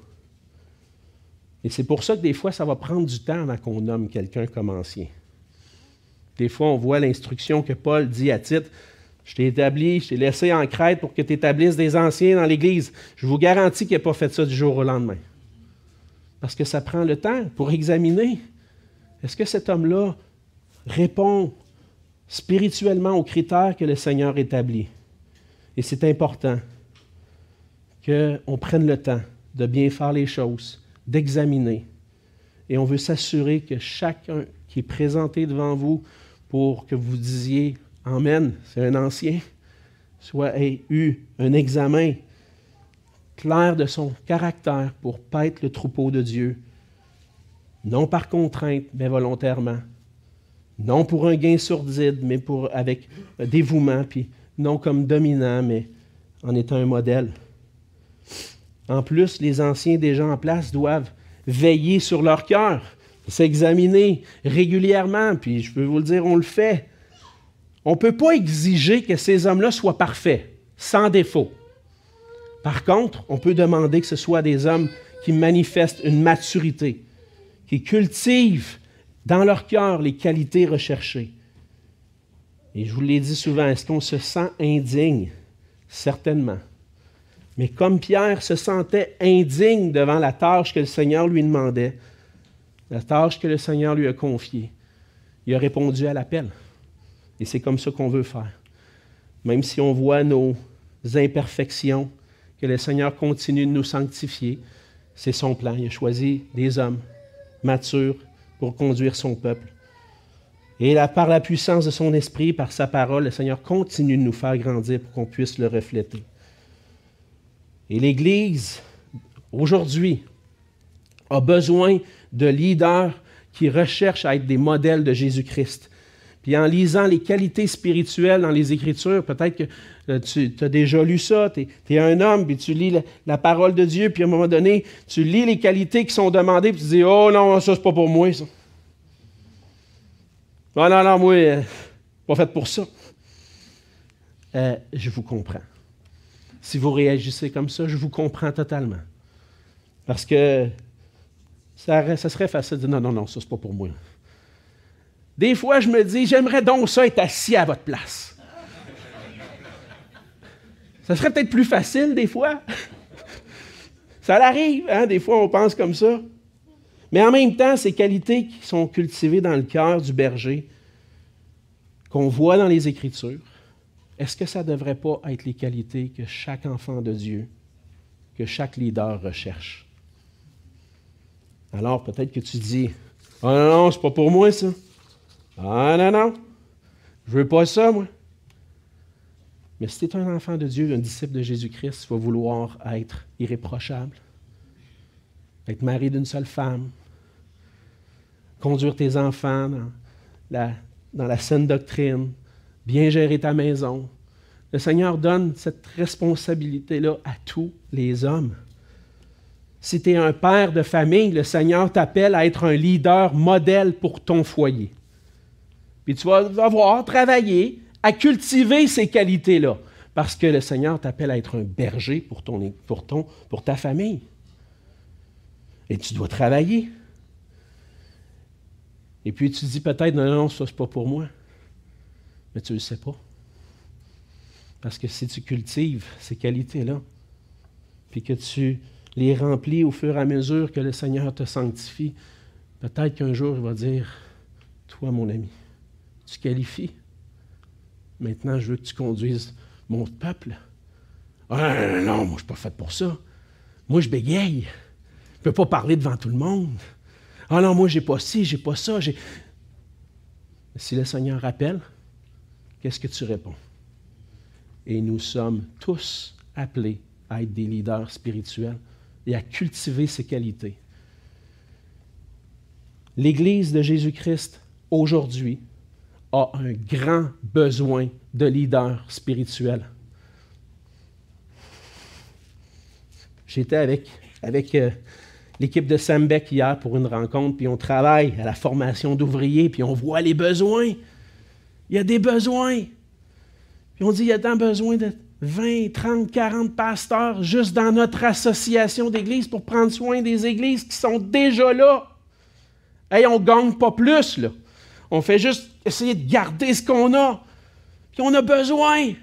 Et c'est pour ça que des fois, ça va prendre du temps avant qu'on nomme quelqu'un comme ancien. Des fois, on voit l'instruction que Paul dit à Tite, « Je t'ai établi, je t'ai laissé en Crète pour que tu établisses des anciens dans l'Église. » Je vous garantis qu'il n'a pas fait ça du jour au lendemain. Parce que ça prend le temps pour examiner. Est-ce que cet homme-là répond spirituellement aux critères que le Seigneur établit? Et c'est important qu'on prenne le temps de bien faire les choses, d'examiner. Et on veut s'assurer que chacun qui est présenté devant vous pour que vous disiez « Amen », c'est un ancien, soit ait eu un examen clair de son caractère pour paître le troupeau de Dieu, non par contrainte, mais volontairement, non pour un gain sordide, mais pour, avec dévouement, puis non comme dominant, mais en étant un modèle. En plus, les anciens déjà en place doivent veiller sur leur cœur, s'examiner régulièrement, puis je peux vous le dire, on le fait. On ne peut pas exiger que ces hommes-là soient parfaits, sans défaut. Par contre, on peut demander que ce soit des hommes qui manifestent une maturité, qui cultivent dans leur cœur les qualités recherchées. Et je vous l'ai dit souvent, est-ce qu'on se sent indigne? Certainement. Mais comme Pierre se sentait indigne devant la tâche que le Seigneur lui demandait, la tâche que le Seigneur lui a confiée, il a répondu à l'appel. Et c'est comme ça qu'on veut faire. Même si on voit nos imperfections, que le Seigneur continue de nous sanctifier, c'est son plan. Il a choisi des hommes matures pour conduire son peuple. Et là, par la puissance de son esprit, par sa parole, le Seigneur continue de nous faire grandir pour qu'on puisse le refléter. Et l'Église, aujourd'hui, a besoin de leaders qui recherchent à être des modèles de Jésus-Christ. Puis en lisant les qualités spirituelles dans les Écritures, peut-être que euh, tu as déjà lu ça, tu es un homme, puis tu lis la, la parole de Dieu, puis à un moment donné, tu lis les qualités qui sont demandées, puis tu dis « Oh non, ça, c'est pas pour moi, ça. » « Oh non, non, moi, euh, pas fait pour ça. Euh, » Je vous comprends. Si vous réagissez comme ça, je vous comprends totalement. Parce que ça, ça serait facile de dire « Non, non, non, ça, c'est pas pour moi. » Des fois, je me dis, j'aimerais donc ça être assis à votre place. Ça serait peut-être plus facile, des fois. Ça l'arrive, hein? Des fois, on pense comme ça. Mais en même temps, ces qualités qui sont cultivées dans le cœur du berger, qu'on voit dans les Écritures, est-ce que ça ne devrait pas être les qualités que chaque enfant de Dieu, que chaque leader recherche? Alors, peut-être que tu dis, « Ah non, non, c'est pas pour moi, ça. Ah non, non, je veux pas ça, moi. » Mais si tu es un enfant de Dieu, un disciple de Jésus-Christ, tu vas vouloir être irréprochable, être mari d'une seule femme, conduire tes enfants dans la, dans la saine doctrine, bien gérer ta maison. Le Seigneur donne cette responsabilité-là à tous les hommes. Si tu es un père de famille, le Seigneur t'appelle à être un leader modèle pour ton foyer. Puis tu vas devoir travailler à cultiver ces qualités-là, parce que le Seigneur t'appelle à être un berger pour, ton, pour, ton, pour ta famille. Et tu dois travailler. Et puis tu dis peut-être, non, non, ça, c'est pas pour moi. Mais tu ne le sais pas. Parce que si tu cultives ces qualités-là, puis que tu les remplis au fur et à mesure que le Seigneur te sanctifie, peut-être qu'un jour, il va dire, toi, mon ami, tu qualifies. Maintenant, je veux que tu conduises mon peuple. Ah, non, moi, je ne suis pas fait pour ça. Moi, je bégaye. Je ne peux pas parler devant tout le monde. Ah non, moi, je n'ai pas ci, je n'ai pas ça. J'ai... Si le Seigneur rappelle, qu'est-ce que tu réponds? Et nous sommes tous appelés à être des leaders spirituels et à cultiver ces qualités. L'Église de Jésus-Christ, aujourd'hui, a un grand besoin de leaders spirituels. J'étais avec, avec euh, l'équipe de Sembec hier pour une rencontre, puis on travaille à la formation d'ouvriers, puis on voit les besoins. Il y a des besoins. Puis on dit, il y a tant besoin de vingt, trente, quarante pasteurs juste dans notre association d'églises pour prendre soin des églises qui sont déjà là. Hey, on ne gagne pas plus, là. On fait juste essayer de garder ce qu'on a. Puis on a besoin.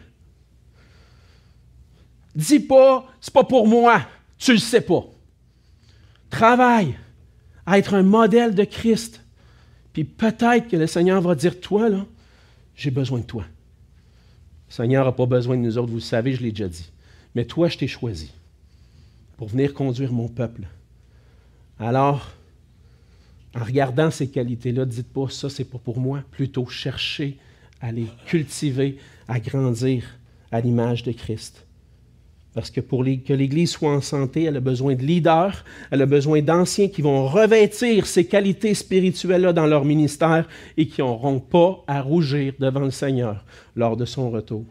Dis pas, c'est pas pour moi. Tu le sais pas. Travaille à être un modèle de Christ. Puis peut-être que le Seigneur va dire, toi, là, j'ai besoin de toi. Le Seigneur n'a pas besoin de nous autres, vous le savez, je l'ai déjà dit. Mais toi, je t'ai choisi pour venir conduire mon peuple. Alors, en regardant ces qualités-là, dites pas, ça, c'est pas pour moi. Plutôt, cherchez à les cultiver, à grandir à l'image de Christ. Parce que pour les, que l'Église soit en santé, elle a besoin de leaders, elle a besoin d'anciens qui vont revêtir ces qualités spirituelles-là dans leur ministère et qui n'auront pas à rougir devant le Seigneur lors de son retour.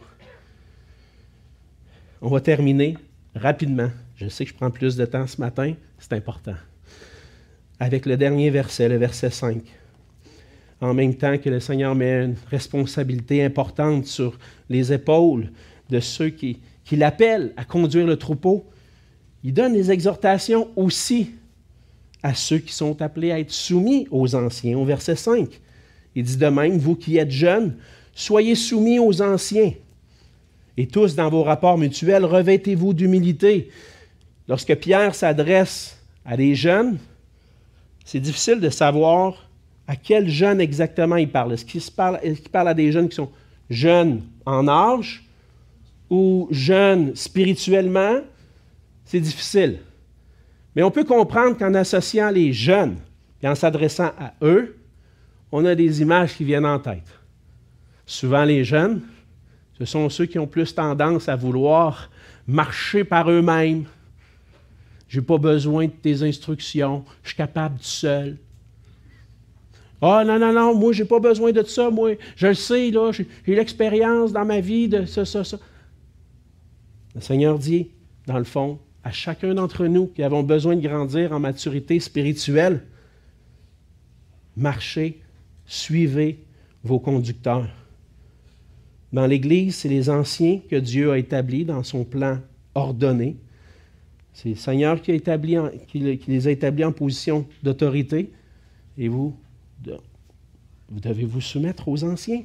On va terminer rapidement. Je sais que je prends plus de temps ce matin, c'est important. Avec le dernier verset, le verset cinq. En même temps que le Seigneur met une responsabilité importante sur les épaules de ceux qui, qui l'appellent à conduire le troupeau, il donne des exhortations aussi à ceux qui sont appelés à être soumis aux anciens. Au verset cinq, il dit de même, vous qui êtes jeunes, soyez soumis aux anciens. Et tous, dans vos rapports mutuels, revêtez-vous d'humilité. Lorsque Pierre s'adresse à des jeunes, c'est difficile de savoir à quel jeune exactement il parle. Est-ce qu'il parle, est-ce qu'il parle à des jeunes qui sont jeunes en âge ou jeunes spirituellement? C'est difficile. Mais on peut comprendre qu'en associant les jeunes et en s'adressant à eux, on a des images qui viennent en tête. Souvent, les jeunes, ce sont ceux qui ont plus tendance à vouloir marcher par eux-mêmes. Je n'ai pas besoin de tes instructions, je suis capable tout seul. Ah, non, non, non, moi, je n'ai pas besoin de ça, moi, je le sais, là, j'ai, j'ai l'expérience dans ma vie de ça, ça, ça. Le Seigneur dit, dans le fond, à chacun d'entre nous qui avons besoin de grandir en maturité spirituelle, marchez, suivez vos conducteurs. Dans l'Église, c'est les anciens que Dieu a établis dans son plan ordonné. C'est le Seigneur qui, a établi en, qui, qui les a établis en position d'autorité. Et vous, de, vous devez vous soumettre aux anciens.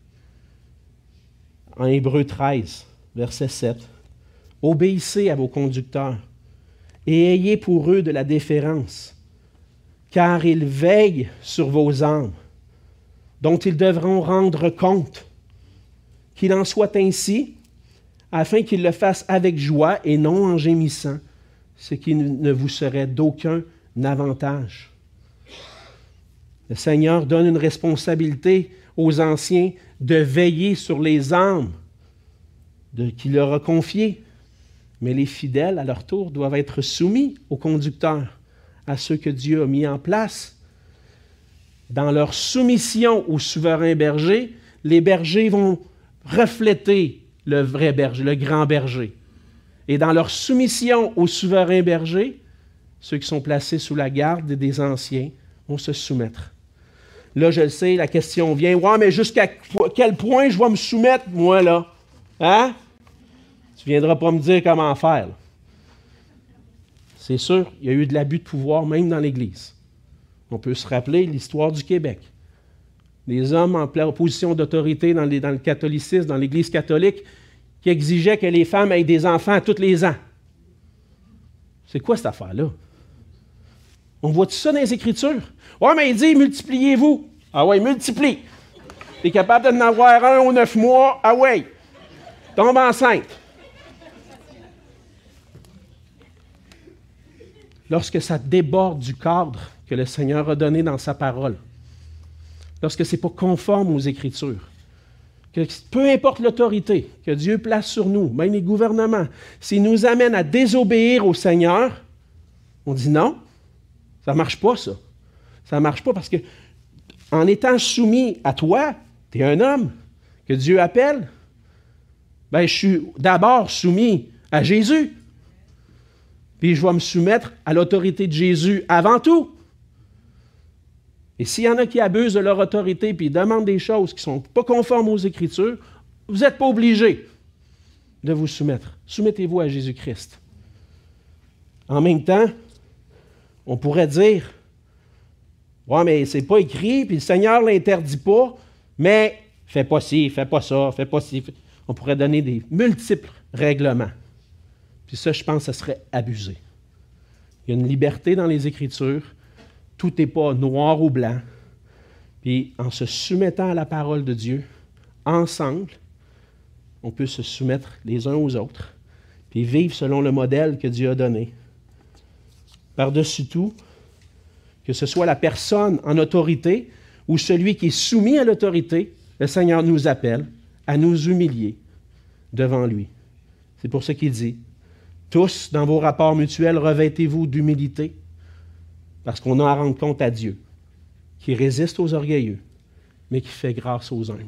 En Hébreux treize, verset sept, « Obéissez à vos conducteurs et ayez pour eux de la déférence, car ils veillent sur vos âmes, dont ils devront rendre compte. Qu'il en soit ainsi, afin qu'ils le fassent avec joie et non en gémissant, ce qui ne vous serait d'aucun avantage. » Le Seigneur donne une responsabilité aux anciens de veiller sur les âmes de, qu'il leur a confiées. Mais les fidèles, à leur tour, doivent être soumis aux conducteurs, à ceux que Dieu a mis en place. Dans leur soumission au souverain berger, les bergers vont refléter le vrai berger, le grand berger. Et dans leur soumission au souverain berger, ceux qui sont placés sous la garde des anciens vont se soumettre. Là, je le sais, la question vient, « Ouais, mais jusqu'à quel point je vais me soumettre, moi, là? Hein? Tu ne viendras pas me dire comment faire. » C'est sûr, il y a eu de l'abus de pouvoir même dans l'Église. On peut se rappeler l'histoire du Québec. Les hommes en position d'autorité dans, les, dans le catholicisme, dans l'Église catholique, qui exigeaient que les femmes aient des enfants tous les ans. C'est quoi cette affaire-là? On voit tout ça dans les Écritures? Ouais, mais il dit, multipliez-vous. Ah ouais, multiplie. Tu es capable d'en avoir un aux neuf mois? Ah ouais. Tombe enceinte. Lorsque ça déborde du cadre que le Seigneur a donné dans sa parole, lorsque ce n'est pas conforme aux Écritures, que peu importe l'autorité que Dieu place sur nous, même les gouvernements, s'ils nous amènent à désobéir au Seigneur, on dit non, ça ne marche pas ça. Ça ne marche pas parce que en étant soumis à toi, tu es un homme que Dieu appelle, ben, je suis d'abord soumis à Jésus. Puis je vais me soumettre à l'autorité de Jésus avant tout. Et s'il y en a qui abusent de leur autorité puis demandent des choses qui ne sont pas conformes aux Écritures, vous n'êtes pas obligés de vous soumettre. Soumettez-vous à Jésus-Christ. En même temps, on pourrait dire, « Ouais, mais c'est pas écrit, puis le Seigneur ne l'interdit pas, mais fais pas ci, fais pas ça, fais pas ci. » On pourrait donner des multiples règlements. Puis ça, je pense que ça serait abusé. Il y a une liberté dans les Écritures. Tout n'est pas noir ou blanc. Puis en se soumettant à la parole de Dieu, ensemble, on peut se soumettre les uns aux autres, puis vivre selon le modèle que Dieu a donné. Par-dessus tout, que ce soit la personne en autorité ou celui qui est soumis à l'autorité, le Seigneur nous appelle à nous humilier devant lui. C'est pour ça qu'il dit, « Tous, dans vos rapports mutuels, revêtez-vous d'humilité, parce qu'on a à rendre compte à Dieu, qui résiste aux orgueilleux, mais qui fait grâce aux humbles. »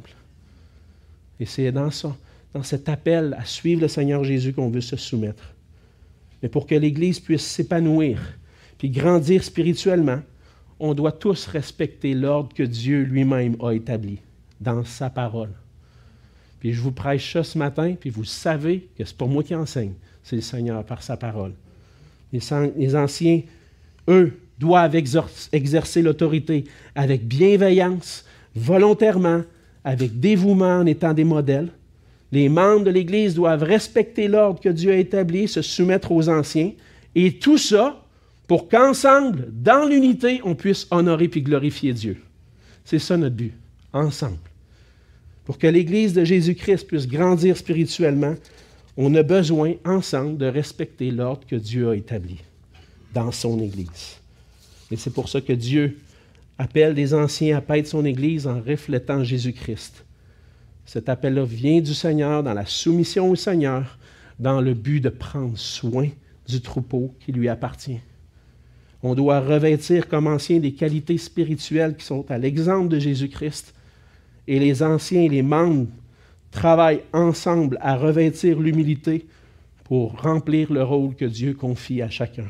Et c'est dans ça, dans cet appel à suivre le Seigneur Jésus qu'on veut se soumettre. Mais pour que l'Église puisse s'épanouir puis grandir spirituellement, on doit tous respecter l'ordre que Dieu lui-même a établi dans sa parole. Puis je vous prêche ça ce matin, puis vous savez que ce n'est pas moi qui enseigne, c'est le Seigneur par sa parole. Les, les anciens, eux, doivent exercer l'autorité avec bienveillance, volontairement, avec dévouement en étant des modèles. Les membres de l'Église doivent respecter l'ordre que Dieu a établi, se soumettre aux anciens, et tout ça pour qu'ensemble, dans l'unité, on puisse honorer puis glorifier Dieu. C'est ça notre but, ensemble. Pour que l'Église de Jésus-Christ puisse grandir spirituellement, on a besoin, ensemble, de respecter l'ordre que Dieu a établi dans son Église. Et c'est pour ça que Dieu appelle les anciens à paître son Église en reflétant Jésus-Christ. Cet appel-là vient du Seigneur, dans la soumission au Seigneur, dans le but de prendre soin du troupeau qui lui appartient. On doit revêtir comme anciens des qualités spirituelles qui sont à l'exemple de Jésus-Christ. Et les anciens et les membres travaillent ensemble à revêtir l'humilité pour remplir le rôle que Dieu confie à chacun.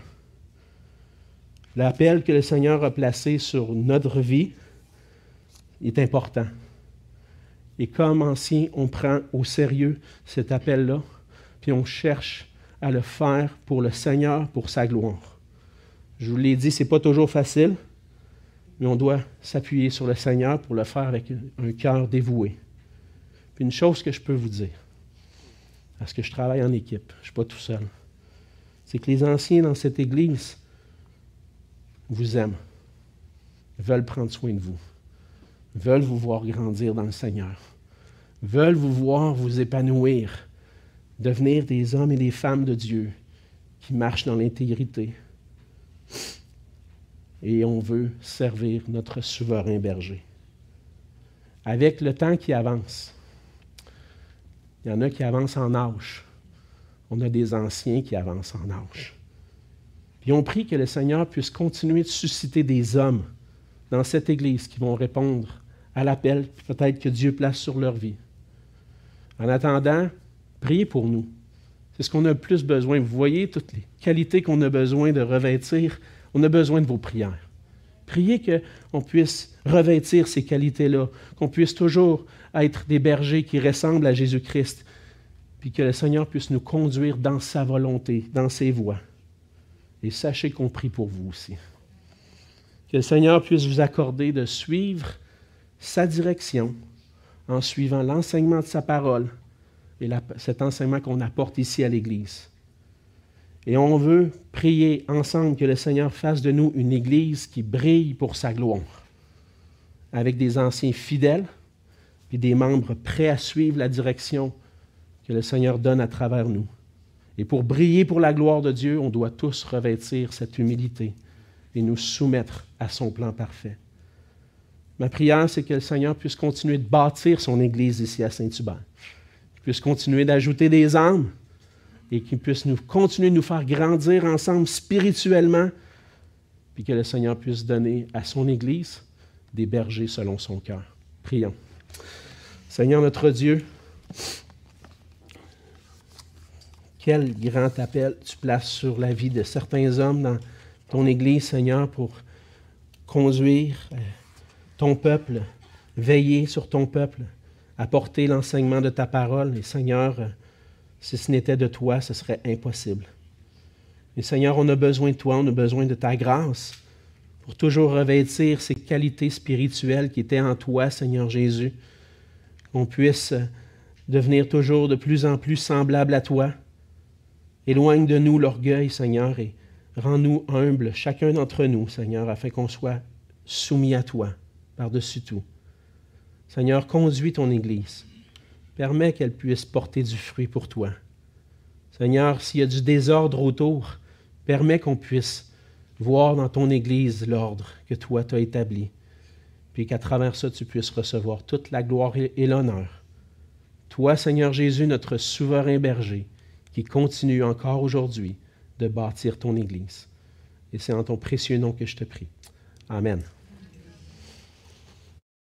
L'appel que le Seigneur a placé sur notre vie est important. Et comme anciens, on prend au sérieux cet appel-là, puis on cherche à le faire pour le Seigneur, pour sa gloire. Je vous l'ai dit, ce n'est pas toujours facile, mais on doit s'appuyer sur le Seigneur pour le faire avec un cœur dévoué. Puis une chose que je peux vous dire, parce que je travaille en équipe, je ne suis pas tout seul, c'est que les anciens dans cette Église vous aiment, veulent prendre soin de vous, veulent vous voir grandir dans le Seigneur, veulent vous voir vous épanouir, devenir des hommes et des femmes de Dieu qui marchent dans l'intégrité. Et on veut servir notre souverain berger. Avec le temps qui avance, il y en a qui avancent en âge. On a des anciens qui avancent en âge. Puis on prie que le Seigneur puisse continuer de susciter des hommes dans cette Église qui vont répondre à l'appel, peut-être que Dieu place sur leur vie. En attendant, priez pour nous. C'est ce qu'on a le plus besoin. Vous voyez toutes les qualités qu'on a besoin de revêtir. On a besoin de vos prières. Priez qu'on puisse revêtir ces qualités-là, qu'on puisse toujours être des bergers qui ressemblent à Jésus-Christ, puis que le Seigneur puisse nous conduire dans sa volonté, dans ses voies. Et sachez qu'on prie pour vous aussi. Que le Seigneur puisse vous accorder de suivre sa direction en suivant l'enseignement de sa parole et la, cet enseignement qu'on apporte ici à l'Église. Et on veut prier ensemble que le Seigneur fasse de nous une Église qui brille pour sa gloire, avec des anciens fidèles et des membres prêts à suivre la direction que le Seigneur donne à travers nous. Et pour briller pour la gloire de Dieu, on doit tous revêtir cette humilité et nous soumettre à son plan parfait. Ma prière, c'est que le Seigneur puisse continuer de bâtir son Église ici à Saint-Hubert, qu'il puisse continuer d'ajouter des âmes et qu'il puisse nous, continuer de nous faire grandir ensemble spirituellement, puis que le Seigneur puisse donner à son Église des bergers selon son cœur. Prions. Seigneur notre Dieu, quel grand appel tu places sur la vie de certains hommes dans ton Église, Seigneur, pour conduire ton peuple, veiller sur ton peuple, apporter l'enseignement de ta parole. Et Seigneur, si ce n'était de toi, ce serait impossible. Et Seigneur, on a besoin de toi, on a besoin de ta grâce pour toujours revêtir ces qualités spirituelles qui étaient en toi, Seigneur Jésus, qu'on puisse devenir toujours de plus en plus semblable à toi. Éloigne de nous l'orgueil, Seigneur, et rends-nous humbles, chacun d'entre nous, Seigneur, afin qu'on soit soumis à toi, par-dessus tout. Seigneur, conduis ton Église. Permets qu'elle puisse porter du fruit pour toi. Seigneur, s'il y a du désordre autour, permets qu'on puisse voir dans ton Église l'ordre que toi t'as établi, puis qu'à travers ça, tu puisses recevoir toute la gloire et l'honneur. Toi, Seigneur Jésus, notre souverain berger, qui continue encore aujourd'hui de bâtir ton Église. Et c'est en ton précieux nom que je te prie. Amen.